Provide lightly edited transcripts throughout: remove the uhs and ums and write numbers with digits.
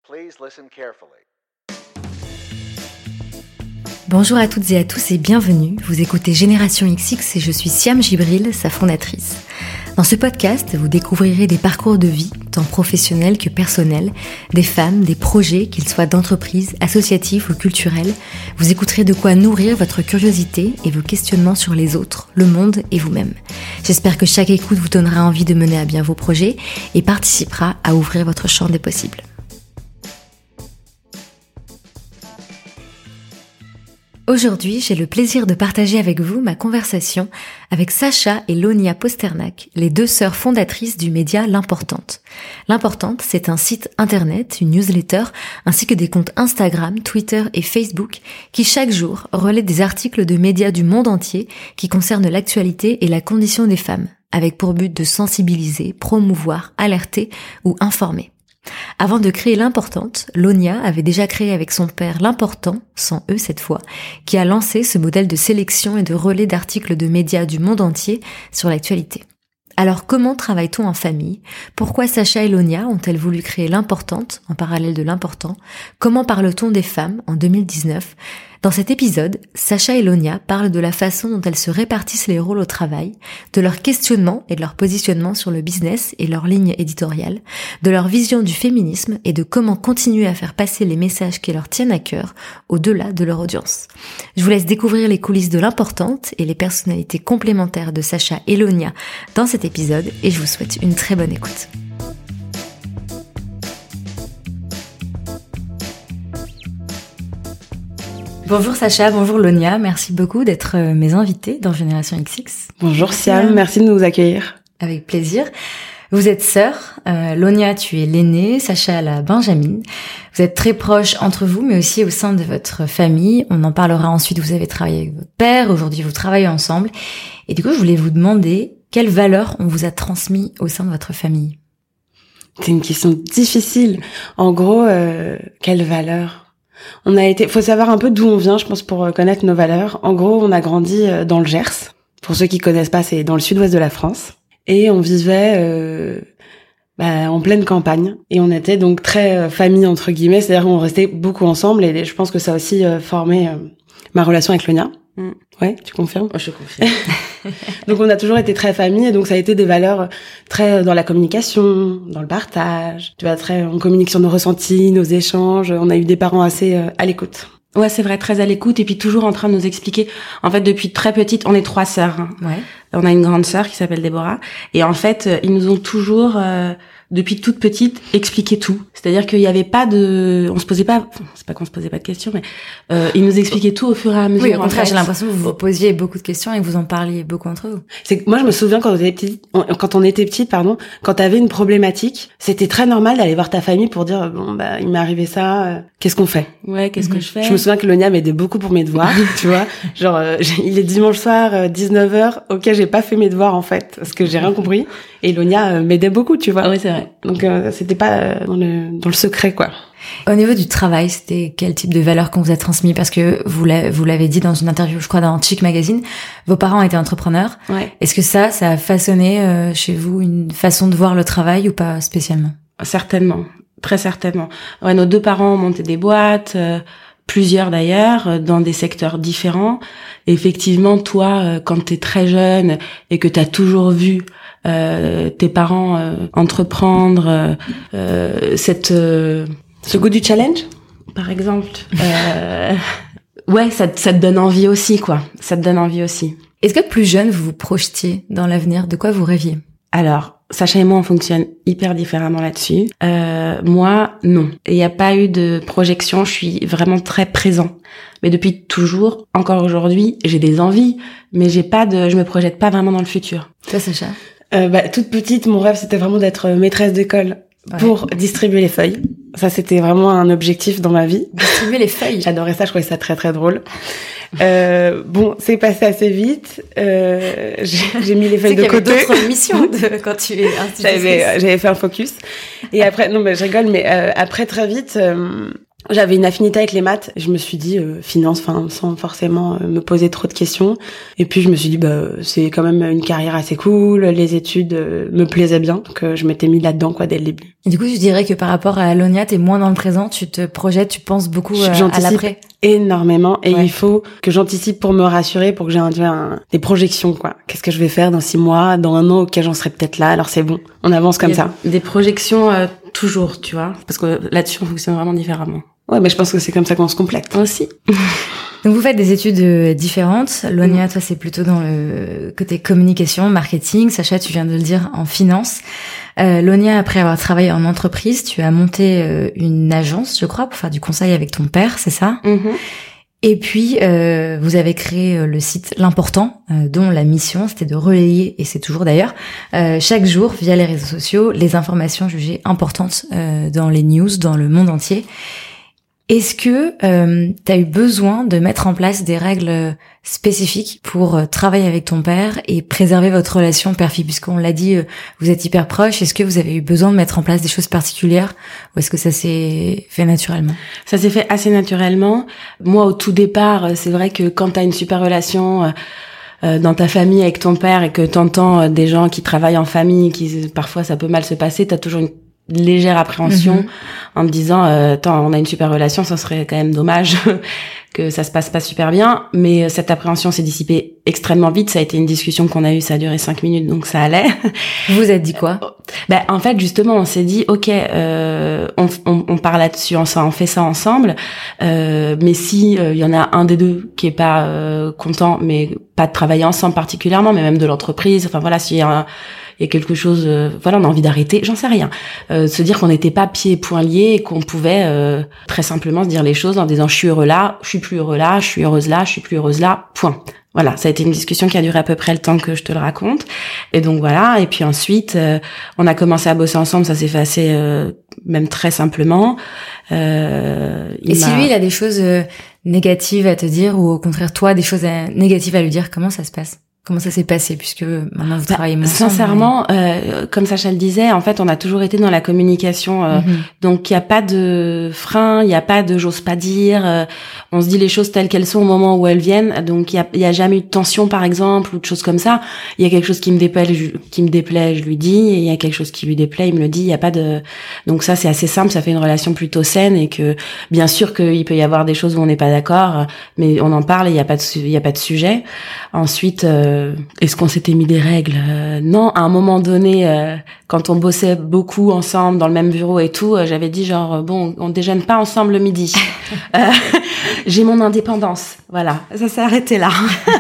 Please listen carefully. Bonjour à toutes et à tous et bienvenue. Vous écoutez Génération XX et je suis Siam Gibril, sa fondatrice. Dans ce podcast, vous découvrirez des parcours de vie, tant professionnels que personnels, des femmes, des projets, qu'ils soient d'entreprise, associatifs ou culturels. Vous écouterez de quoi nourrir votre curiosité et vos questionnements sur les autres, le monde et vous-même. J'espère que chaque écoute vous donnera envie de mener à bien vos projets et participera à ouvrir votre champ des possibles. Aujourd'hui, j'ai le plaisir de partager avec vous ma conversation avec Sacha et Lonia Posternak, les deux sœurs fondatrices du média L'Importante. L'Importante, c'est un site internet, une newsletter, ainsi que des comptes Instagram, Twitter et Facebook qui chaque jour relaient des articles de médias du monde entier qui concernent l'actualité et la condition des femmes, avec pour but de sensibiliser, promouvoir, alerter ou informer. Avant de créer L'Importante, Lonia avait déjà créé avec son père L'Important, sans eux cette fois, qui a lancé ce modèle de sélection et de relais d'articles de médias du monde entier sur l'actualité. Alors comment travaille-t-on en famille ? Pourquoi Sacha et Lonia ont-elles voulu créer L'Importante en parallèle de l'Important ? Comment parle-t-on des femmes en 2019 ? Dans cet épisode, Sacha et Lonia parlent de la façon dont elles se répartissent les rôles au travail, de leur questionnement et de leur positionnement sur le business et leur ligne éditoriale, de leur vision du féminisme et de comment continuer à faire passer les messages qui leur tiennent à cœur au-delà de leur audience. Je vous laisse découvrir les coulisses de L'Importante et les personnalités complémentaires de Sacha et Lonia dans cet épisode et je vous souhaite une très bonne écoute. Bonjour Sacha, bonjour Lonia, merci beaucoup d'être mes invités dans Génération XX. Bonjour Siam, merci de nous accueillir. Avec plaisir. Vous êtes sœurs, Lonia tu es l'aînée, Sacha la benjamine. Vous êtes très proches entre vous mais aussi au sein de votre famille. On en parlera ensuite, vous avez travaillé avec votre père, aujourd'hui vous travaillez ensemble. Et du coup je voulais vous demander quelles valeurs on vous a transmises au sein de votre famille. C'est une question difficile. En gros, quelles valeurs ? Faut savoir un peu d'où on vient, je pense, pour connaître nos valeurs. En gros, on a grandi dans le Gers. Pour ceux qui connaissent pas, c'est dans le sud-ouest de la France. Et on vivait en pleine campagne. Et on était donc très famille, entre guillemets. C'est-à-dire qu'on restait beaucoup ensemble. Et je pense que ça a aussi formé ma relation avec Lonia. Ouais, tu confirmes ? Je confirme. Donc on a toujours été très famille et donc ça a été des valeurs très dans la communication, dans le partage. Tu vois, on communique sur nos ressentis, nos échanges. On a eu des parents assez à l'écoute. Ouais, c'est vrai, très à l'écoute et puis toujours en train de nous expliquer. En fait, depuis très petite, on est 3 sœurs. Hein. Ouais. On a une grande sœur qui s'appelle Déborah et en fait, ils nous ont toujours depuis toute petite expliqué tout. C'est-à-dire qu'il y avait pas c'est pas qu'on se posait pas de questions, mais ils nous expliquaient tout au fur et à mesure. Oui, au contraire, j'ai l'impression que vous vous posiez beaucoup de questions et que vous en parliez beaucoup entre vous. C'est que moi, je me souviens quand on était petite, quand t'avais une problématique, c'était très normal d'aller voir ta famille pour dire il m'est arrivé ça, qu'est-ce qu'on fait ? Ouais, qu'est-ce que je fais ? Je me souviens que Lonia m'aidait beaucoup pour mes devoirs, tu vois. Genre, il est dimanche soir, 19h, ok, j'ai pas fait mes devoirs en fait, parce que j'ai rien compris. Et Lonia m'aidait beaucoup, tu vois. Oui, c'est vrai. Donc c'était pas dans le secret, quoi. Au niveau du travail, c'était quel type de valeurs qu'on vous a transmis ? Parce que vous l'avez dit dans une interview, je crois, dans Chic Magazine, vos parents étaient entrepreneurs. Ouais. Est-ce que ça a façonné chez vous une façon de voir le travail ou pas spécialement ? Certainement, très certainement. Ouais, nos 2 parents ont monté des boîtes, plusieurs d'ailleurs, dans des secteurs différents. Et effectivement, toi, quand t'es très jeune et que t'as toujours vu tes parents entreprendre, Ce goût du challenge, par exemple, ouais, ça te donne envie aussi, quoi. Ça te donne envie aussi. Est-ce que plus jeune, vous vous projetiez dans l'avenir ? De quoi vous rêviez ? Alors, Sacha et moi, on fonctionne hyper différemment là-dessus. Moi, non. Il n'y a pas eu de projection, je suis vraiment très présent. Mais depuis toujours, encore aujourd'hui, j'ai des envies, mais je me projette pas vraiment dans le futur. Toi, Sacha ? Toute petite, mon rêve, c'était vraiment d'être maîtresse d'école pour distribuer les feuilles. Ça, c'était vraiment un objectif dans ma vie. Distribuer les feuilles. J'adorais ça, je trouvais ça très très drôle. C'est passé assez vite. J'ai mis les feuilles de côté. Il y avait d'autres missions quand tu es institutrice. J'avais fait un focus. Et après, je rigole, mais après très vite, j'avais une affinité avec les maths. Je me suis dit finance, sans forcément me poser trop de questions. Et puis je me suis dit c'est quand même une carrière assez cool. Les études me plaisaient bien, donc je m'étais mis là-dedans dès le début. Et du coup, tu dirais que par rapport à Lonia, t'es moins dans le présent, tu te projettes, tu penses beaucoup à l'après. Énormément, et il faut que j'anticipe pour me rassurer, pour que j'ai des projections, quoi. Qu'est-ce que je vais faire dans 6 mois, dans 1 an, ok, j'en serai peut-être là, alors c'est bon. On avance comme ça. Des projections, toujours, tu vois. Parce que là-dessus, on fonctionne vraiment différemment. Ouais, mais je pense que c'est comme ça qu'on se complète. Aussi. Donc vous faites des études différentes. Lonia, toi, c'est plutôt dans le côté communication, marketing. Sacha, tu viens de le dire, en finance. Lonia, après avoir travaillé en entreprise, tu as monté une agence, je crois, pour faire du conseil avec ton père, c'est ça? Et puis, vous avez créé le site L'Important, dont la mission, c'était de relayer, et c'est toujours d'ailleurs, chaque jour, via les réseaux sociaux, les informations jugées importantes dans les news, dans le monde entier. Est-ce que tu as eu besoin de mettre en place des règles spécifiques pour travailler avec ton père et préserver votre relation père-fille? Puisqu'on l'a dit, vous êtes hyper proches. Est-ce que vous avez eu besoin de mettre en place des choses particulières ou est-ce que ça s'est fait naturellement? Ça s'est fait assez naturellement. Moi, au tout départ, c'est vrai que quand tu as une super relation dans ta famille avec ton père et que t'entends des gens qui travaillent en famille, qui parfois ça peut mal se passer, t'as toujours une légère appréhension en te disant attends, on a une super relation, ça serait quand même dommage que ça se passe pas super bien, mais cette appréhension s'est dissipée extrêmement vite. Ça a été une discussion qu'on a eue, ça a duré 5 minutes, donc ça allait. Vous vous êtes dit quoi? En fait, justement, on s'est dit ok, on part là-dessus, on fait ça ensemble, mais si il y en a un des deux qui est pas content, mais pas de travailler ensemble particulièrement, mais même de l'entreprise, enfin voilà, s'il y a quelque chose, on a envie d'arrêter, j'en sais rien. Se dire qu'on n'était pas pieds et poings liés et qu'on pouvait très simplement se dire les choses en disant je suis heureux là, je suis plus heureux là, je suis heureuse là, je suis plus heureuse là, point. Voilà, ça a été une discussion qui a duré à peu près le temps que je te le raconte. Et donc voilà, et puis ensuite, on a commencé à bosser ensemble, ça s'est fait assez, même très simplement. Et si lui, il a des choses négatives à te dire ou au contraire, toi, des choses négatives à lui dire, comment ça se passe? Comment ça s'est passé puisque maintenant vous travaillez ensemble? Sincèrement, comme Sacha le disait, en fait, on a toujours été dans la communication. Donc, il n'y a pas de frein, il n'y a pas de j'ose pas dire. On se dit les choses telles qu'elles sont au moment où elles viennent. Donc, il y a jamais eu de tension, par exemple, ou de choses comme ça. Il y a quelque chose qui me déplaît, je lui dis. Et il y a quelque chose qui lui déplaît, il me le dit. Il y a pas de. Donc ça, c'est assez simple. Ça fait une relation plutôt saine et que bien sûr qu'il peut y avoir des choses où on n'est pas d'accord, mais on en parle et il y a pas de sujet. Ensuite. Est-ce qu'on s'était mis des règles? Non, à un moment donné, quand on bossait beaucoup ensemble dans le même bureau et tout, j'avais dit genre bon, on déjeune pas ensemble le midi. J'ai mon indépendance. Voilà, ça s'est arrêté là.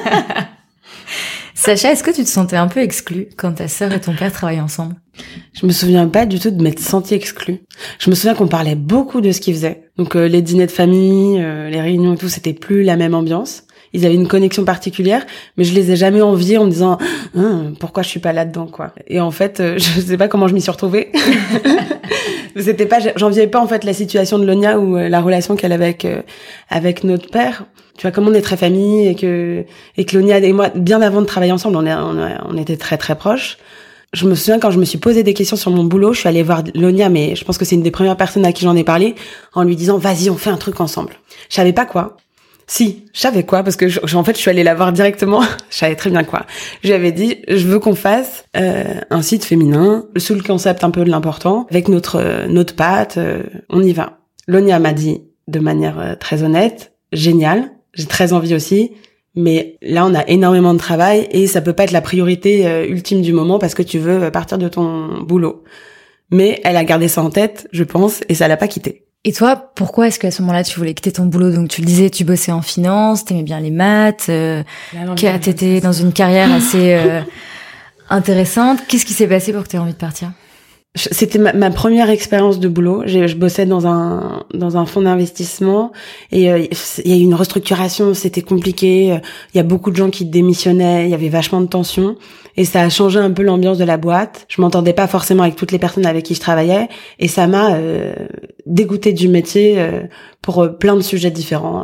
Sacha, est-ce que tu te sentais un peu exclue quand ta sœur et ton père travaillaient ensemble? Je me souviens pas du tout de m'être sentie exclue. Je me souviens qu'on parlait beaucoup de ce qu'ils faisaient. Donc les dîners de famille, les réunions et tout, c'était plus la même ambiance. Ils avaient une connexion particulière, mais je les ai jamais enviés en me disant pourquoi je suis pas là-dedans, quoi. Et en fait, je sais pas comment je m'y suis retrouvée. J'enviais pas en fait la situation de Lonia ou la relation qu'elle avait avec notre père. Tu vois, comme on est très famille et que Lonia et moi, bien avant de travailler ensemble, on était très très proches. Je me souviens quand je me suis posé des questions sur mon boulot, je suis allée voir Lonia, mais je pense que c'est une des premières personnes à qui j'en ai parlé, en lui disant vas-y, on fait un truc ensemble. Je savais pas quoi. Si, je savais quoi, parce que en fait, je suis allée la voir directement. Je savais très bien quoi. Je lui avais dit, je veux qu'on fasse un site féminin sous le concept un peu de l'important, avec notre patte. On y va. Lonia m'a dit de manière très honnête, génial. J'ai très envie aussi, mais là, on a énormément de travail et ça peut pas être la priorité ultime du moment parce que tu veux partir de ton boulot. Mais elle a gardé ça en tête, je pense, et ça l'a pas quitté. Et toi, pourquoi est-ce qu'à ce moment-là, tu voulais quitter ton boulot? Donc, tu le disais, tu bossais en finance, t'aimais bien les maths, t'étais dans une carrière assez intéressante. Qu'est-ce qui s'est passé pour que t'aies envie de partir? C'était ma première expérience de boulot. Je bossais dans un fonds d'investissement et il y a eu une restructuration, c'était compliqué. Il y a beaucoup de gens qui démissionnaient, il y avait vachement de tensions et ça a changé un peu l'ambiance de la boîte. Je m'entendais pas forcément avec toutes les personnes avec qui je travaillais et ça m'a dégoûtée du métier pour plein de sujets différents.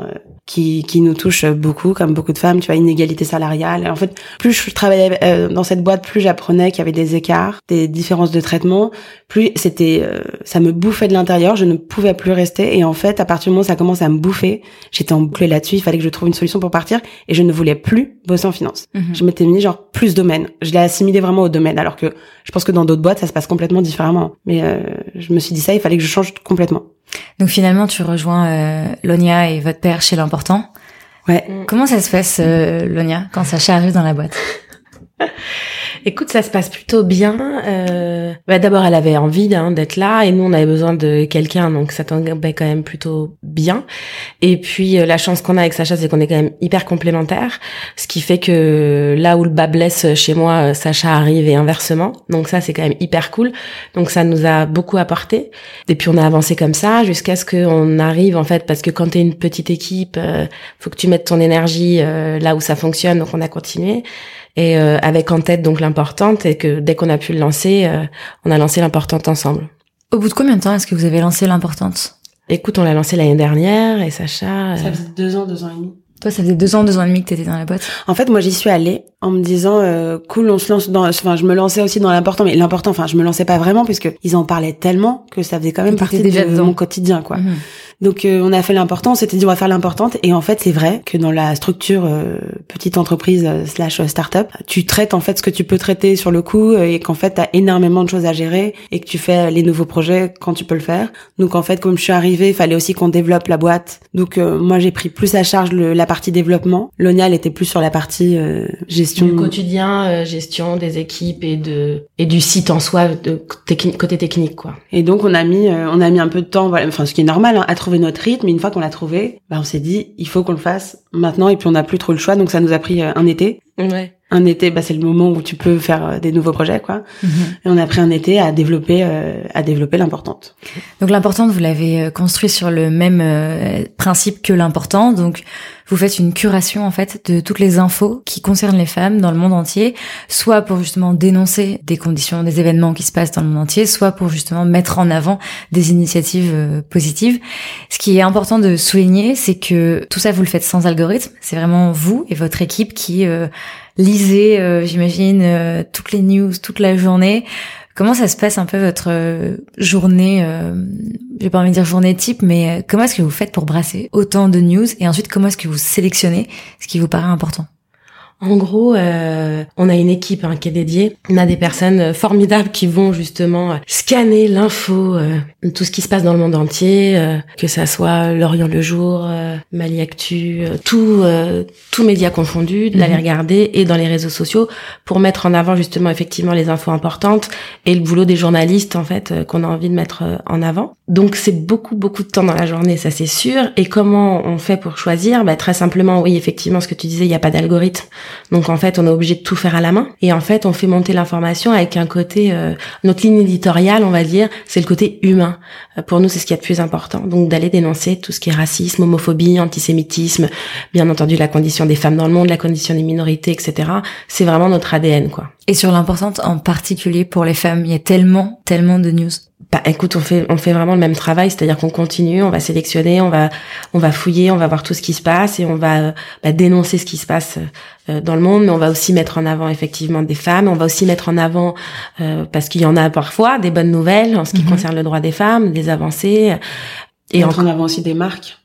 qui nous touche beaucoup, comme beaucoup de femmes, tu vois, inégalité salariale. Et en fait, plus je travaillais dans cette boîte, plus j'apprenais qu'il y avait des écarts, des différences de traitement, plus c'était, ça me bouffait de l'intérieur, je ne pouvais plus rester. Et en fait, à partir du moment où ça commence à me bouffer, j'étais embouclée là-dessus, il fallait que je trouve une solution pour partir, et je ne voulais plus bosser en finance. Je m'étais mis genre plus domaine. Je l'ai assimilé vraiment au domaine, alors que je pense que dans d'autres boîtes, ça se passe complètement différemment. Mais je me suis dit ça, il fallait que je change complètement. Donc finalement, tu rejoins Lonia et votre père chez l'Important. Ouais. Comment ça se passe, Lonia, quand Sacha arrive dans la boîte? Écoute, ça se passe plutôt bien. D'abord, elle avait envie d'être là, et nous, on avait besoin de quelqu'un, donc ça tombait quand même plutôt bien. Et puis, la chance qu'on a avec Sacha, c'est qu'on est quand même hyper complémentaires, ce qui fait que là où le bas blesse chez moi, Sacha arrive et inversement. Donc ça, c'est quand même hyper cool. Donc ça nous a beaucoup apporté. Et puis on a avancé comme ça jusqu'à ce qu'on arrive, en fait, parce que quand t'es une petite équipe, faut que tu mettes ton énergie là où ça fonctionne. Donc on a continué. Et avec en tête donc l'Importante, et que dès qu'on a pu le lancer, on a lancé l'Importante ensemble. Au bout de combien de temps est-ce que vous avez lancé l'Importante? Écoute, on l'a lancé l'année dernière, et Sacha... Ça faisait 2 ans et demi. Toi, ça faisait 2 ans et demi que t'étais dans la boîte. En fait, moi, j'y suis allée en me disant, cool, on se lance dans, enfin, je me lançais aussi dans l'Important, mais l'Important, enfin, je me lançais pas vraiment puisque ils en parlaient tellement que ça faisait quand même partie de mon quotidien, quoi. Donc, on a fait l'Important, on s'était dit, on va faire l'Importante, et en fait, c'est vrai que dans la structure petite entreprise / start-up, tu traites en fait ce que tu peux traiter sur le coup, et qu'en fait, t'as énormément de choses à gérer, et que tu fais les nouveaux projets quand tu peux le faire. Donc, en fait, comme je suis arrivée, il fallait aussi qu'on développe la boîte. Donc, moi, j'ai pris plus à charge la partie développement. Lonia, elle était plus sur la partie gestion du quotidien, gestion des équipes et du site en soi, côté technique, quoi. Et donc on a mis un peu de temps, voilà, enfin ce qui est normal, à trouver notre rythme. Et une fois qu'on l'a trouvé, on s'est dit il faut qu'on le fasse maintenant, et puis on n'a plus trop le choix, donc ça nous a pris un été. Ouais. Un été, c'est le moment où tu peux faire des nouveaux projets, quoi. Et on a pris un été à développer l'Importante. Donc l'Importante, vous l'avez construit sur le même principe que l'Important. Donc vous faites une curation en fait de toutes les infos qui concernent les femmes dans le monde entier, soit pour justement dénoncer des conditions, des événements qui se passent dans le monde entier, soit pour justement mettre en avant des initiatives positives. Ce qui est important de souligner, c'est que tout ça vous le faites sans algorithme. C'est vraiment vous et votre équipe qui lisez, j'imagine, toutes les news, toute la journée. Comment ça se passe un peu votre journée, j'ai pas envie de dire journée type, mais comment est-ce que vous faites pour brasser autant de news, et ensuite comment est-ce que vous sélectionnez ce qui vous paraît important? En gros, on a une équipe qui est dédiée. On a des personnes formidables qui vont justement scanner l'info, tout ce qui se passe dans le monde entier, que ça soit L'Orient le Jour, Mali Actu, tout média confondu, d'aller regarder, et dans les réseaux sociaux pour mettre en avant justement effectivement les infos importantes et le boulot des journalistes en fait qu'on a envie de mettre en avant. Donc c'est beaucoup de temps dans la journée, ça c'est sûr. Et comment on fait pour choisir? Très simplement, oui, effectivement, ce que tu disais, il n'y a pas d'algorithme. Donc en fait, on est obligé de tout faire à la main, et en fait, on fait monter l'information avec un côté, notre ligne éditoriale, on va dire, c'est le côté humain. Pour nous, c'est ce qui est le plus important. Donc d'aller dénoncer tout ce qui est racisme, homophobie, antisémitisme, bien entendu la condition des femmes dans le monde, la condition des minorités, etc. C'est vraiment notre ADN, quoi. Et sur l'Importante en particulier pour les femmes, il y a tellement de news. Écoute, on fait vraiment le même travail, c'est-à-dire qu'on continue, on va sélectionner, on va fouiller, on va voir tout ce qui se passe, et on va dénoncer ce qui se passe dans le monde, mais on va aussi mettre en avant effectivement des femmes, on va aussi mettre en avant parce qu'il y en a parfois des bonnes nouvelles en ce qui concerne le droit des femmes, des avancées, et mettre en avant aussi des marques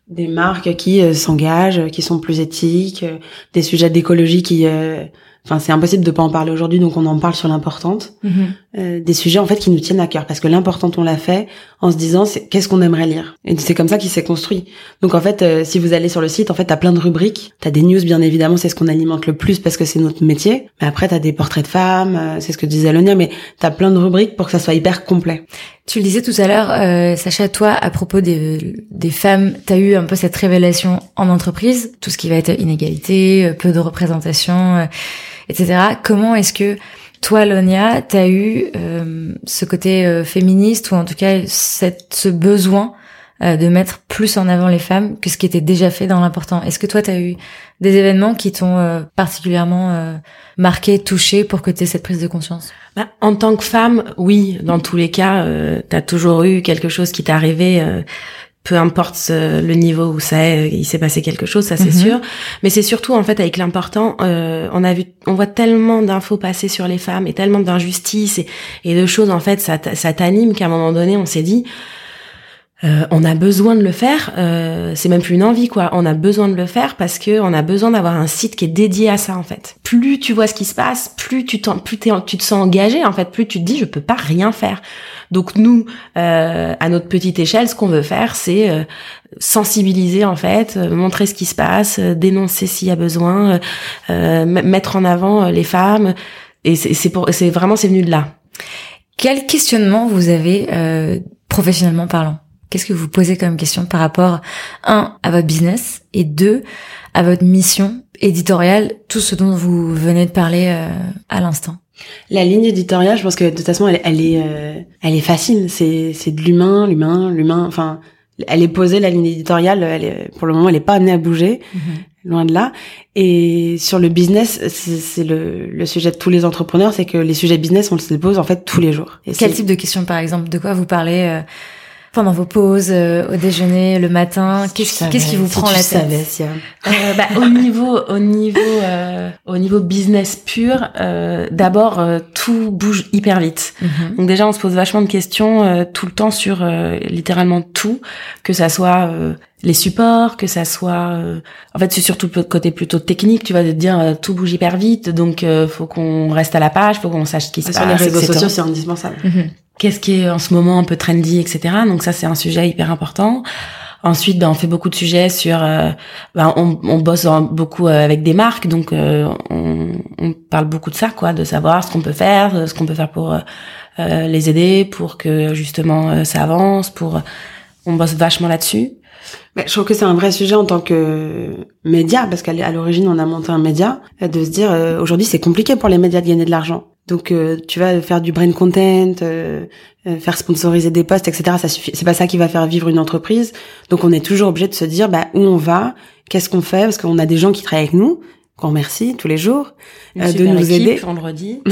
qui s'engagent, qui sont plus éthiques, des sujets d'écologie qui c'est impossible de pas en parler aujourd'hui, donc on en parle sur l'Importante. Des sujets en fait qui nous tiennent à cœur, parce que l'Importante on l'a fait en se disant qu'est-ce qu'on aimerait lire, et c'est comme ça qu'il s'est construit. Donc en fait si vous allez sur le site, en fait t'as plein de rubriques, t'as des news bien évidemment, c'est ce qu'on alimente le plus parce que c'est notre métier, mais après t'as des portraits de femmes, c'est ce que disait Lonia, mais t'as plein de rubriques pour que ça soit hyper complet. Tu le disais tout à l'heure, Sacha, toi, à propos des femmes, t'as eu un peu cette révélation en entreprise, tout ce qui va être inégalité, peu de représentation, etc. Comment est-ce que toi, Lonia, t'as eu ce côté féministe, ou en tout cas ce besoin de mettre plus en avant les femmes que ce qui était déjà fait dans l'Important? Est-ce que toi, t'as eu des événements qui t'ont particulièrement marqué, touché, pour que t'aies cette prise de conscience? En tant que femme, oui, dans tous les cas, t'as toujours eu quelque chose qui t'est arrivé peu importe le niveau où ça est, il s'est passé quelque chose, ça c'est sûr. Mais c'est surtout en fait avec l'important, on voit tellement d'infos passer sur les femmes et tellement d'injustices et de choses en fait, ça t'anime qu'à un moment donné on s'est dit, on a besoin de le faire. C'est même plus une envie quoi. On a besoin de le faire parce que on a besoin d'avoir un site qui est dédié à ça en fait. Plus tu vois ce qui se passe, plus tu te sens engagé en fait. Plus tu te dis je peux pas rien faire. Donc nous, à notre petite échelle, ce qu'on veut faire, c'est sensibiliser en fait, montrer ce qui se passe, dénoncer s'il y a besoin, mettre en avant les femmes. Et c'est venu de là. Quel questionnement vous avez professionnellement parlant? Qu'est-ce que vous posez comme question par rapport, 1, à votre business et 2, à votre mission éditoriale, tout ce dont vous venez de parler à l'instant? La ligne éditoriale, je pense que de toute façon, elle est facile. C'est de l'humain. Enfin, elle est posée, la ligne éditoriale. Pour le moment, elle est pas amenée à bouger. Loin de là. Et sur le business, c'est le sujet de tous les entrepreneurs, c'est que les sujets business, on se les pose en fait tous les jours. Et quel type de questions, par exemple? De quoi vous parlez pendant vos pauses, au déjeuner, le matin? Qu'est-ce qui vous prend la tête? Au niveau business pur, d'abord tout bouge hyper vite. Donc déjà on se pose vachement de questions tout le temps sur littéralement tout, que ça soit les supports, que ça soit en fait c'est surtout le côté plutôt technique, tu vas te dire tout bouge hyper vite, donc faut qu'on reste à la page, faut qu'on sache ce qui se passe. Sur les réseaux sociaux, c'est indispensable. Qu'est-ce qui est en ce moment un peu trendy, etc. Donc ça c'est un sujet hyper important. Ensuite, on fait beaucoup de sujets sur, on bosse beaucoup avec des marques, donc on parle beaucoup de ça, quoi, de savoir ce qu'on peut faire pour les aider, pour que justement ça avance, on bosse vachement là-dessus. Mais je trouve que c'est un vrai sujet en tant que média, parce qu'à l'origine on a monté un média, de se dire aujourd'hui c'est compliqué pour les médias de gagner de l'argent. Donc tu vas faire du brand content, faire sponsoriser des posts, etc. Ça suffit. C'est pas ça qui va faire vivre une entreprise. Donc on est toujours obligé de se dire où on va, qu'est-ce qu'on fait, parce qu'on a des gens qui travaillent avec nous, qu'on remercie tous les jours de nous aider. On le redit.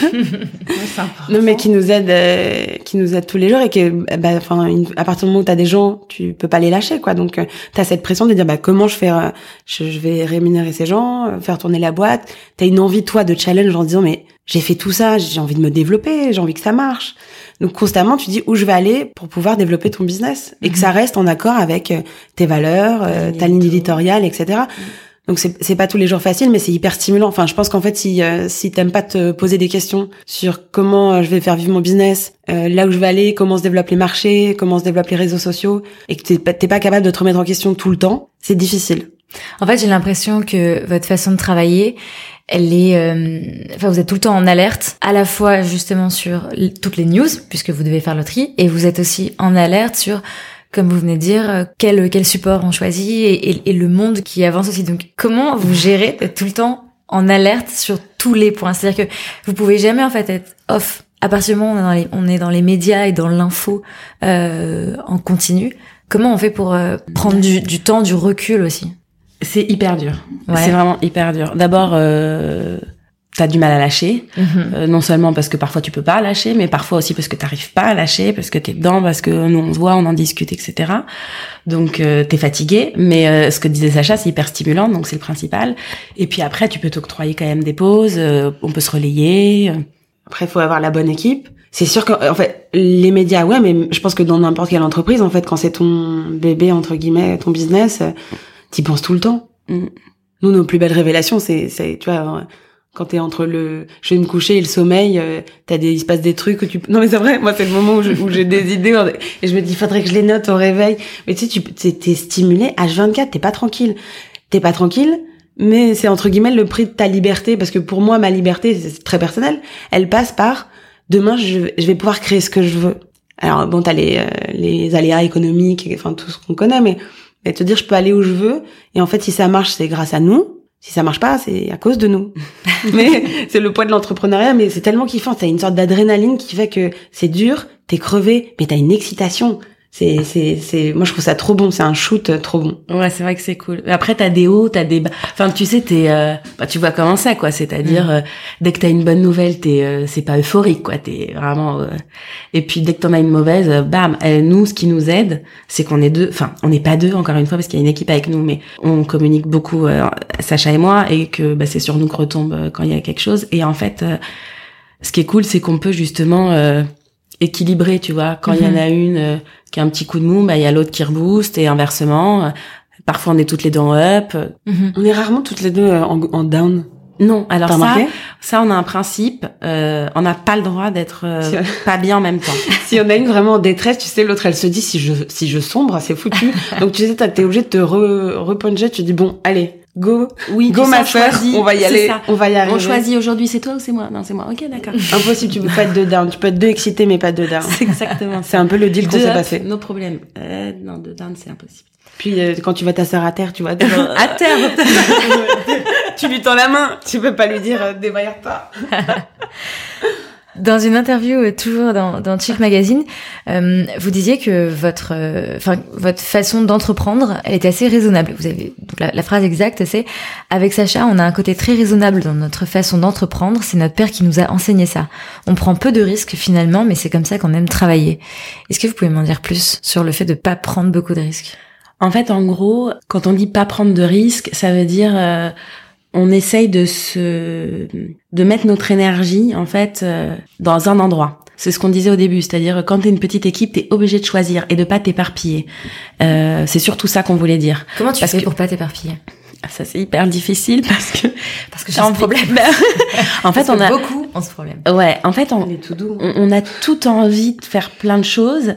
Non mais qui nous aident tous les jours et que à partir du moment où t'as des gens, tu peux pas les lâcher quoi. Donc t'as cette pression de dire comment je vais rémunérer ces gens, faire tourner la boîte. T'as une envie toi de challenge en disant mais j'ai fait tout ça, j'ai envie de me développer, j'ai envie que ça marche. Donc constamment tu dis où je vais aller pour pouvoir développer ton business et que ça reste en accord avec tes valeurs, ta ligne éditoriale, etc. Donc c'est pas tous les jours facile, mais c'est hyper stimulant. Enfin, je pense qu'en fait, si t'aimes pas te poser des questions sur comment je vais faire vivre mon business, là où je vais aller, comment se développent les marchés, comment se développent les réseaux sociaux, et que t'es pas capable de te remettre en question tout le temps, c'est difficile. En fait, j'ai l'impression que votre façon de travailler, elle est, vous êtes tout le temps en alerte, à la fois justement sur toutes les news, puisque vous devez faire le tri, et vous êtes aussi en alerte sur, comme vous venez de dire, quel support on choisit et le monde qui avance aussi. Donc, comment vous gérez d'être tout le temps en alerte sur tous les points? C'est-à-dire que vous pouvez jamais en fait être off. À partir du moment où on est dans les médias et dans l'info en continu, comment on fait pour prendre du temps, du recul aussi? C'est hyper dur. Ouais. C'est vraiment hyper dur. D'abord, t'as du mal à lâcher, non seulement parce que parfois tu peux pas lâcher, mais parfois aussi parce que t'arrives pas à lâcher, parce que t'es dedans, parce que nous on se voit, on en discute, etc. Donc t'es fatigué, mais ce que disait Sacha, c'est hyper stimulant, donc c'est le principal. Et puis après, tu peux t'octroyer quand même des pauses, on peut se relayer. Après, il faut avoir la bonne équipe. C'est sûr qu'en fait, les médias, ouais, mais je pense que dans n'importe quelle entreprise, en fait, quand c'est ton bébé, entre guillemets, ton business, t'y penses tout le temps. Nous, nos plus belles révélations, c'est tu vois, quand t'es entre je vais me coucher et le sommeil, il se passe des trucs où non mais c'est vrai, moi c'est le moment où j'ai des idées et je me dis faudrait que je les note au réveil. Mais tu sais, t'es stimulé H24, t'es pas tranquille, mais c'est entre guillemets le prix de ta liberté, parce que pour moi ma liberté c'est très personnel, elle passe par demain je vais pouvoir créer ce que je veux. Alors bon, t'as les aléas économiques, enfin tout ce qu'on connaît, mais te dire je peux aller où je veux, et en fait si ça marche c'est grâce à nous. Si ça marche pas, c'est à cause de nous. Mais c'est le poids de l'entrepreneuriat, mais c'est tellement kiffant. T'as une sorte d'adrénaline qui fait que c'est dur, t'es crevé, mais t'as une excitation. moi je trouve ça trop bon, c'est un shoot trop bon. Ouais, c'est vrai que c'est cool. Après t'as des hauts, t'as des bas. Enfin, tu sais, tu vois comment c'est, quoi. C'est-à-dire dès que t'as une bonne nouvelle, c'est pas euphorique, quoi. T'es vraiment. Et puis dès que t'en as une mauvaise, bam. Nous, ce qui nous aide, c'est qu'on est deux. Enfin, on n'est pas deux encore une fois parce qu'il y a une équipe avec nous, mais on communique beaucoup, Sacha et moi, et que c'est sur nous que retombe quand il y a quelque chose. Et en fait, ce qui est cool, c'est qu'on peut justement équilibrer, tu vois. Quand il y en a une qui a un petit coup de mou, il y a l'autre qui rebooste, et inversement. Parfois, on est toutes les deux en up. On est rarement toutes les deux en down. Non, alors ça, on a un principe. On n'a pas le droit d'être pas bien en même temps. Si on a une vraiment en détresse, tu sais, l'autre, elle se dit, si je sombre, c'est foutu. Donc, tu sais, t'es obligé de te repuncher. Tu dis, bon, allez, go. Oui, go ma sœur, on va y aller. On va y arriver. On choisit aujourd'hui, c'est toi ou c'est moi? Non, c'est moi. Ok, d'accord. Impossible, tu peux pas être deux down. Tu peux être deux excités, mais pas deux down. C'est exactement ça. C'est un peu le deal qu'on s'est passé. Nos problèmes. Non, deux down, c'est impossible. Puis, quand tu vois ta sœur à terre, tu vois. À terre. Tu lui tends la main. Tu peux pas lui dire, débraille-toi. Dans une interview toujours dans Chic Magazine, vous disiez que votre façon d'entreprendre, elle était assez raisonnable. Vous avez donc la phrase exacte, c'est avec Sacha, on a un côté très raisonnable dans notre façon d'entreprendre. C'est notre père qui nous a enseigné ça. On prend peu de risques finalement, mais c'est comme ça qu'on aime travailler. Est-ce que vous pouvez m'en dire plus sur le fait de pas prendre beaucoup de risques? En fait, en gros, quand on dit pas prendre de risques, ça veut dire on essaye de mettre notre énergie en fait dans un endroit. C'est ce qu'on disait au début, c'est-à-dire quand t'es une petite équipe, t'es obligé de choisir et de pas t'éparpiller. C'est surtout ça qu'on voulait dire. Comment tu fais pour pas t'éparpiller? Ça c'est hyper difficile parce que j'ai un problème. En fait, on a beaucoup ce problème. Ouais, en fait, on est tout doux. On a tout envie de faire plein de choses.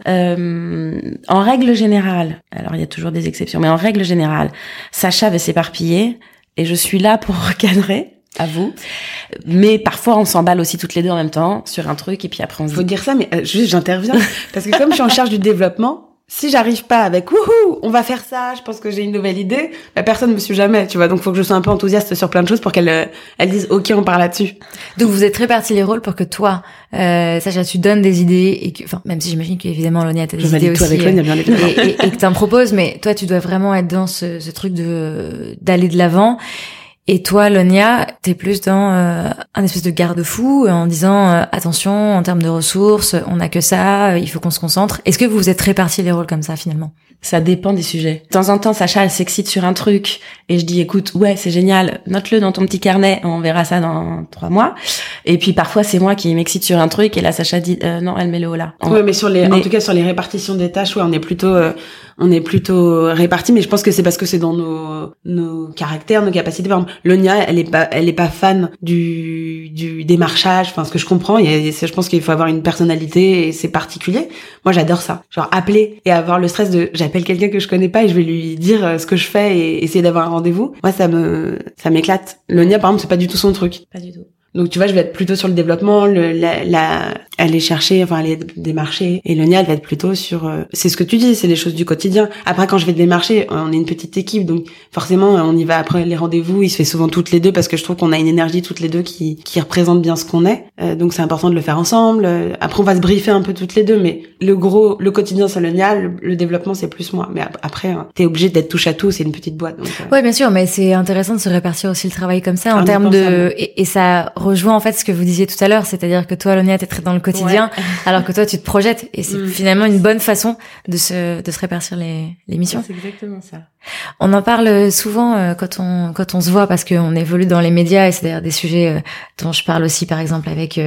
En règle générale, alors il y a toujours des exceptions, mais en règle générale, Sacha veut s'éparpiller et je suis là pour recadrer. À vous. Mais parfois, on s'emballe aussi toutes les deux en même temps sur un truc et puis après on se dit... Faut dire ça, mais juste j'interviens parce que comme je suis en charge du développement, si j'arrive pas avec wouhou, on va faire ça, je pense que j'ai une nouvelle idée, la personne me suit jamais, tu vois. Donc faut que je sois un peu enthousiaste sur plein de choses pour qu'elle dise OK, on part là-dessus. Donc vous êtes répartis les rôles pour que toi, Sacha, tu donnes des idées et que, enfin, même si j'imagine qu'évidemment Lonia t'as des idées aussi, avec Lonia, bien évidemment. et que t'en proposes, mais toi tu dois vraiment être dans ce truc d'aller de l'avant. Et toi, Lonia, t'es plus dans un espèce de garde-fou en disant attention, en termes de ressources, on n'a que ça, il faut qu'on se concentre. Est-ce que vous vous êtes répartis les rôles comme ça finalement? Ça dépend des sujets. De temps en temps, Sacha, elle s'excite sur un truc et je dis écoute, ouais, c'est génial, note-le dans ton petit carnet, on verra ça dans 3 mois. Et puis parfois, c'est moi qui m'excite sur un truc et là, Sacha dit non, elle met le haut là. Ouais, mais en tout cas sur les répartitions des tâches, ouais, on est plutôt répartis, mais je pense que c'est parce que c'est dans nos caractères, nos capacités. Par exemple, Lonia, elle est pas fan du démarchage. Enfin, ce que je comprends, je pense qu'il faut avoir une personnalité et c'est particulier. Moi, j'adore ça. Genre, appeler et avoir le stress de, j'appelle quelqu'un que je connais pas et je vais lui dire ce que je fais et essayer d'avoir un rendez-vous. Moi, ça m'éclate. Lonia, par exemple, c'est pas du tout son truc. Pas du tout. Donc tu vois, je vais être plutôt sur le développement, aller chercher, enfin aller démarcher. Et Lonia, elle va être plutôt sur, c'est ce que tu dis, c'est des choses du quotidien. Après, quand je vais démarcher, on est une petite équipe, donc forcément, on y va après les rendez-vous. Il se fait souvent toutes les deux parce que je trouve qu'on a une énergie toutes les deux qui représente bien ce qu'on est. Donc c'est important de le faire ensemble. Après, on va se briefer un peu toutes les deux, mais le quotidien, c'est Lonia, le développement, c'est plus moi. Mais après, t'es obligé d'être touche à tout, c'est une petite boîte. Donc, ouais, bien sûr, mais c'est intéressant de se répartir aussi le travail comme ça en termes de, et ça rejoint en fait ce que vous disiez tout à l'heure, c'est-à-dire que toi, Lonia, t'es très dans le quotidien, ouais. Alors que toi, tu te projettes, et c'est finalement une bonne façon de se répartir les missions. C'est exactement ça. On en parle souvent quand on se voit, parce qu'on évolue dans les médias, et c'est d'ailleurs des sujets dont je parle aussi, par exemple, avec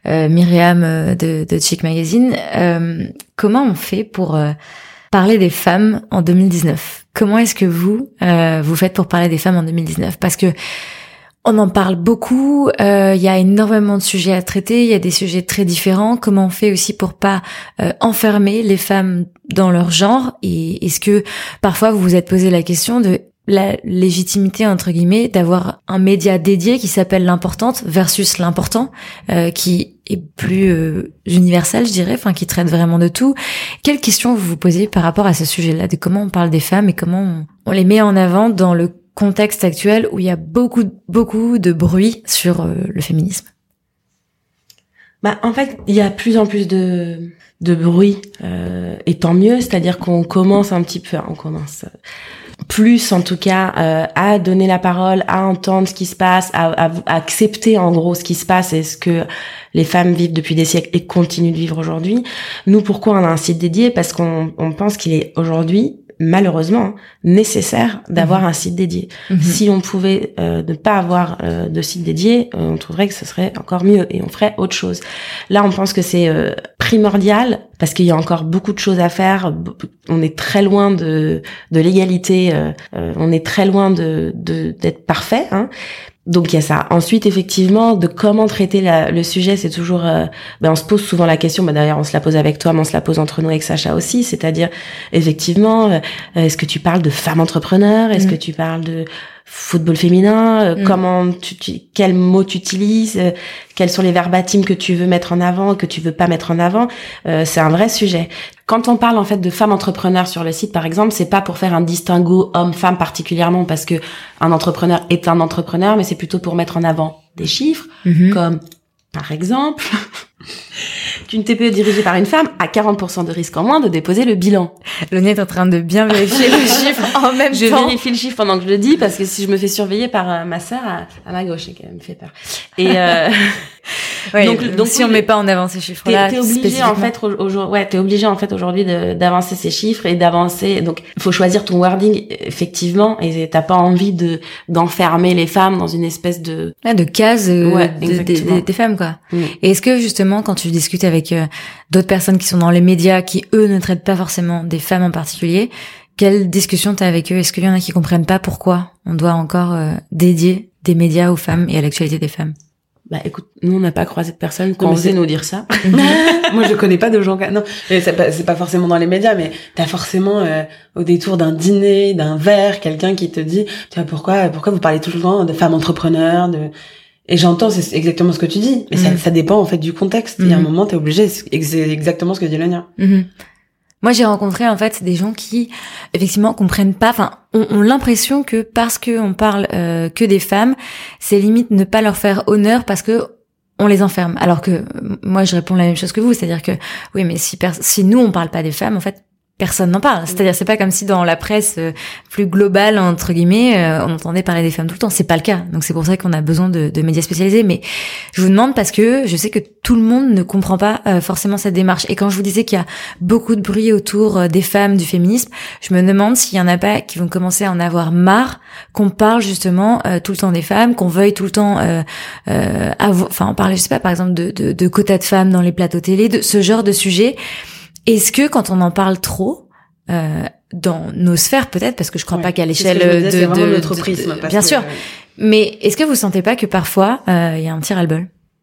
Myriam de Chic Magazine. Comment on fait pour parler des femmes en 2019? Comment est-ce que vous faites pour parler des femmes en 2019? Parce que on en parle beaucoup, il y a énormément de sujets à traiter, il y a des sujets très différents. Comment on fait aussi pour pas enfermer les femmes dans leur genre? Et est-ce que parfois vous vous êtes posé la question de la légitimité, entre guillemets, d'avoir un média dédié qui s'appelle L'Importante versus l'important, qui est plus universel, je dirais, enfin qui traite vraiment de tout. Quelles questions vous vous posez par rapport à ce sujet-là, de comment on parle des femmes et comment on les met en avant dans le contexte actuel où il y a beaucoup de bruit sur le féminisme? En fait, il y a plus en plus de bruit, et tant mieux, c'est-à-dire qu'on commence un petit peu, plus en tout cas à donner la parole, à entendre ce qui se passe, à accepter en gros ce qui se passe et ce que les femmes vivent depuis des siècles et continuent de vivre aujourd'hui. Nous, pourquoi on a un site dédié? Parce qu'on pense qu'il est aujourd'hui, malheureusement, nécessaire d'avoir un site dédié. Si on pouvait ne pas avoir de site dédié, on trouverait que ce serait encore mieux et on ferait autre chose. Là, on pense que c'est primordial parce qu'il y a encore beaucoup de choses à faire. On est très loin de l'égalité, on est très loin d'être parfait, hein. Donc il y a ça. Ensuite, effectivement, de comment traiter le sujet, c'est toujours... on se pose souvent la question, d'ailleurs on se la pose avec toi, mais on se la pose entre nous avec Sacha aussi, c'est-à-dire, effectivement, est-ce que tu parles de femmes entrepreneurs? Est-ce que tu parles de football féminin? Quels mots tu utilises? Quels sont les verbatims que tu veux mettre en avant, que tu veux pas mettre en avant? C'est un vrai sujet. Quand on parle en fait de femmes entrepreneurs sur le site, par exemple, c'est pas pour faire un distinguo homme-femme particulièrement parce que un entrepreneur est un entrepreneur, mais c'est plutôt pour mettre en avant des chiffres, comme par exemple qu'une TPE dirigée par une femme a 40% de risque en moins de déposer le bilan. Lonia est en train de bien vérifier le chiffre en même temps. Je vérifie le chiffre pendant que je le dis parce que si je me fais surveiller par ma sœur à ma gauche, elle me fait peur. Et ouais, donc si on met pas en avant ces chiffres-là, t'es obligé en fait aujourd'hui d'avancer ces chiffres et d'avancer. Donc il faut choisir ton wording effectivement et t'as pas envie d'enfermer les femmes dans une espèce de case des femmes quoi. Et est-ce que justement quand tu discutes avec d'autres personnes qui sont dans les médias qui eux ne traitent pas forcément des femmes en particulier, quelle discussion t'as avec eux? Est-ce qu'il y en a qui comprennent pas pourquoi on doit encore dédier des médias aux femmes et à l'actualité des femmes? Écoute, nous on n'a pas croisé de personne qui osait nous dire ça. Moi je connais pas de gens non, mais c'est pas forcément dans les médias, mais t'as forcément au détour d'un dîner, d'un verre, quelqu'un qui te dit tu vois pourquoi vous parlez tout le temps de femmes entrepreneurs, et j'entends, c'est exactement ce que tu dis, mais ça dépend en fait du contexte. Il y a un moment t'es obligé, c'est exactement ce que dit Lonia. Moi, j'ai rencontré en fait des gens qui, effectivement, comprennent pas. Enfin, ont l'impression que parce que on parle que des femmes, c'est limite ne pas leur faire honneur parce que on les enferme. Alors que moi, je réponds la même chose que vous, c'est-à-dire que oui, mais si nous on parle pas des femmes, en fait, personne n'en parle. C'est-à-dire, c'est pas comme si dans la presse plus globale entre guillemets, on entendait parler des femmes tout le temps. C'est pas le cas. Donc c'est pour ça qu'on a besoin de médias spécialisés. Mais je vous demande parce que je sais que tout le monde ne comprend pas forcément cette démarche. Et quand je vous disais qu'il y a beaucoup de bruit autour des femmes, du féminisme, je me demande s'il y en a pas qui vont commencer à en avoir marre qu'on parle justement tout le temps des femmes, qu'on veuille tout le temps, on parlait, je sais pas, par exemple de quotas de femmes dans les plateaux télé, de ce genre de sujet. Est-ce que quand on en parle trop dans nos sphères peut-être, parce que je crois pas qu'à l'échelle c'est vraiment notre prisme, bien sûr, mais est-ce que vous sentez pas que parfois il y a un petit ras-le-bol?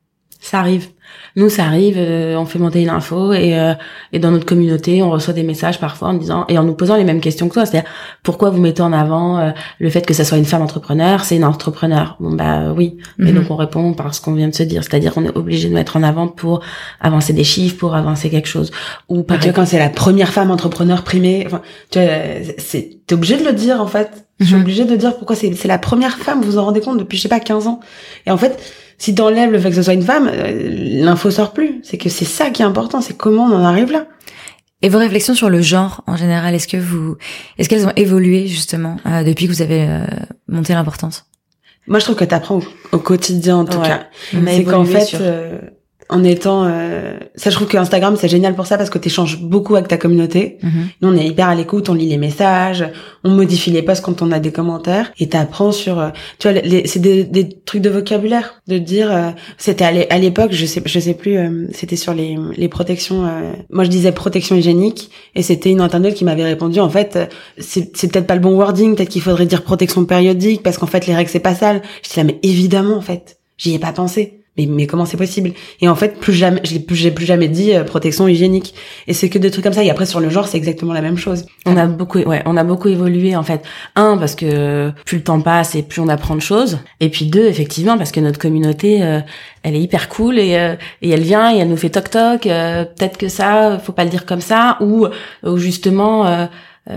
Ça arrive. Nous, ça arrive, on fait monter une info et dans notre communauté, on reçoit des messages parfois en disant et en nous posant les mêmes questions que toi, c'est-à-dire pourquoi vous mettez en avant le fait que ça soit une femme entrepreneur, c'est une entrepreneur. Bon oui, mais donc on répond par ce qu'on vient de se dire, c'est-à-dire qu'on est obligé de mettre en avant pour avancer des chiffres, pour avancer quelque chose. Ou tu vois, quand c'est la première femme entrepreneur primée, enfin, tu vois, t'es obligé de le dire en fait. Je suis obligée de dire pourquoi c'est la première femme, vous vous en rendez compte depuis je sais pas 15 ans. Et en fait, si t'enlèves le fait que ce soit une femme, l'info sort plus. C'est que c'est ça qui est important, c'est comment on en arrive là. Et vos réflexions sur le genre, en général, est-ce qu'elles ont évolué, justement, depuis que vous avez monté l'importance? Moi, je trouve que t'apprends au quotidien, en tout cas. C'est qu'en fait, en étant... ça, je trouve que Instagram, c'est génial pour ça, parce que t'échanges beaucoup avec ta communauté. Nous, on est hyper à l'écoute, on lit les messages, on modifie les posts quand on a des commentaires, et t'apprends sur... tu vois, c'est des trucs de vocabulaire, de dire... c'était à l'époque, je sais plus, c'était sur les protections... moi, je disais protection hygiénique, et c'était une internaute qui m'avait répondu, en fait, c'est peut-être pas le bon wording, peut-être qu'il faudrait dire protection périodique, parce qu'en fait, les règles, c'est pas sale. Je dis là, mais évidemment, en fait, j'y ai pas pensé. Mais comment c'est possible? Et en fait, j'ai plus jamais dit protection hygiénique. Et c'est que des trucs comme ça. Et après, sur le genre, c'est exactement la même chose. On a beaucoup évolué, en fait. Parce que plus le temps passe et plus on apprend de choses. Et puis 2, effectivement, parce que notre communauté, elle est hyper cool et elle vient et elle nous fait toc toc. Peut-être que ça, faut pas le dire comme ça. Ou justement,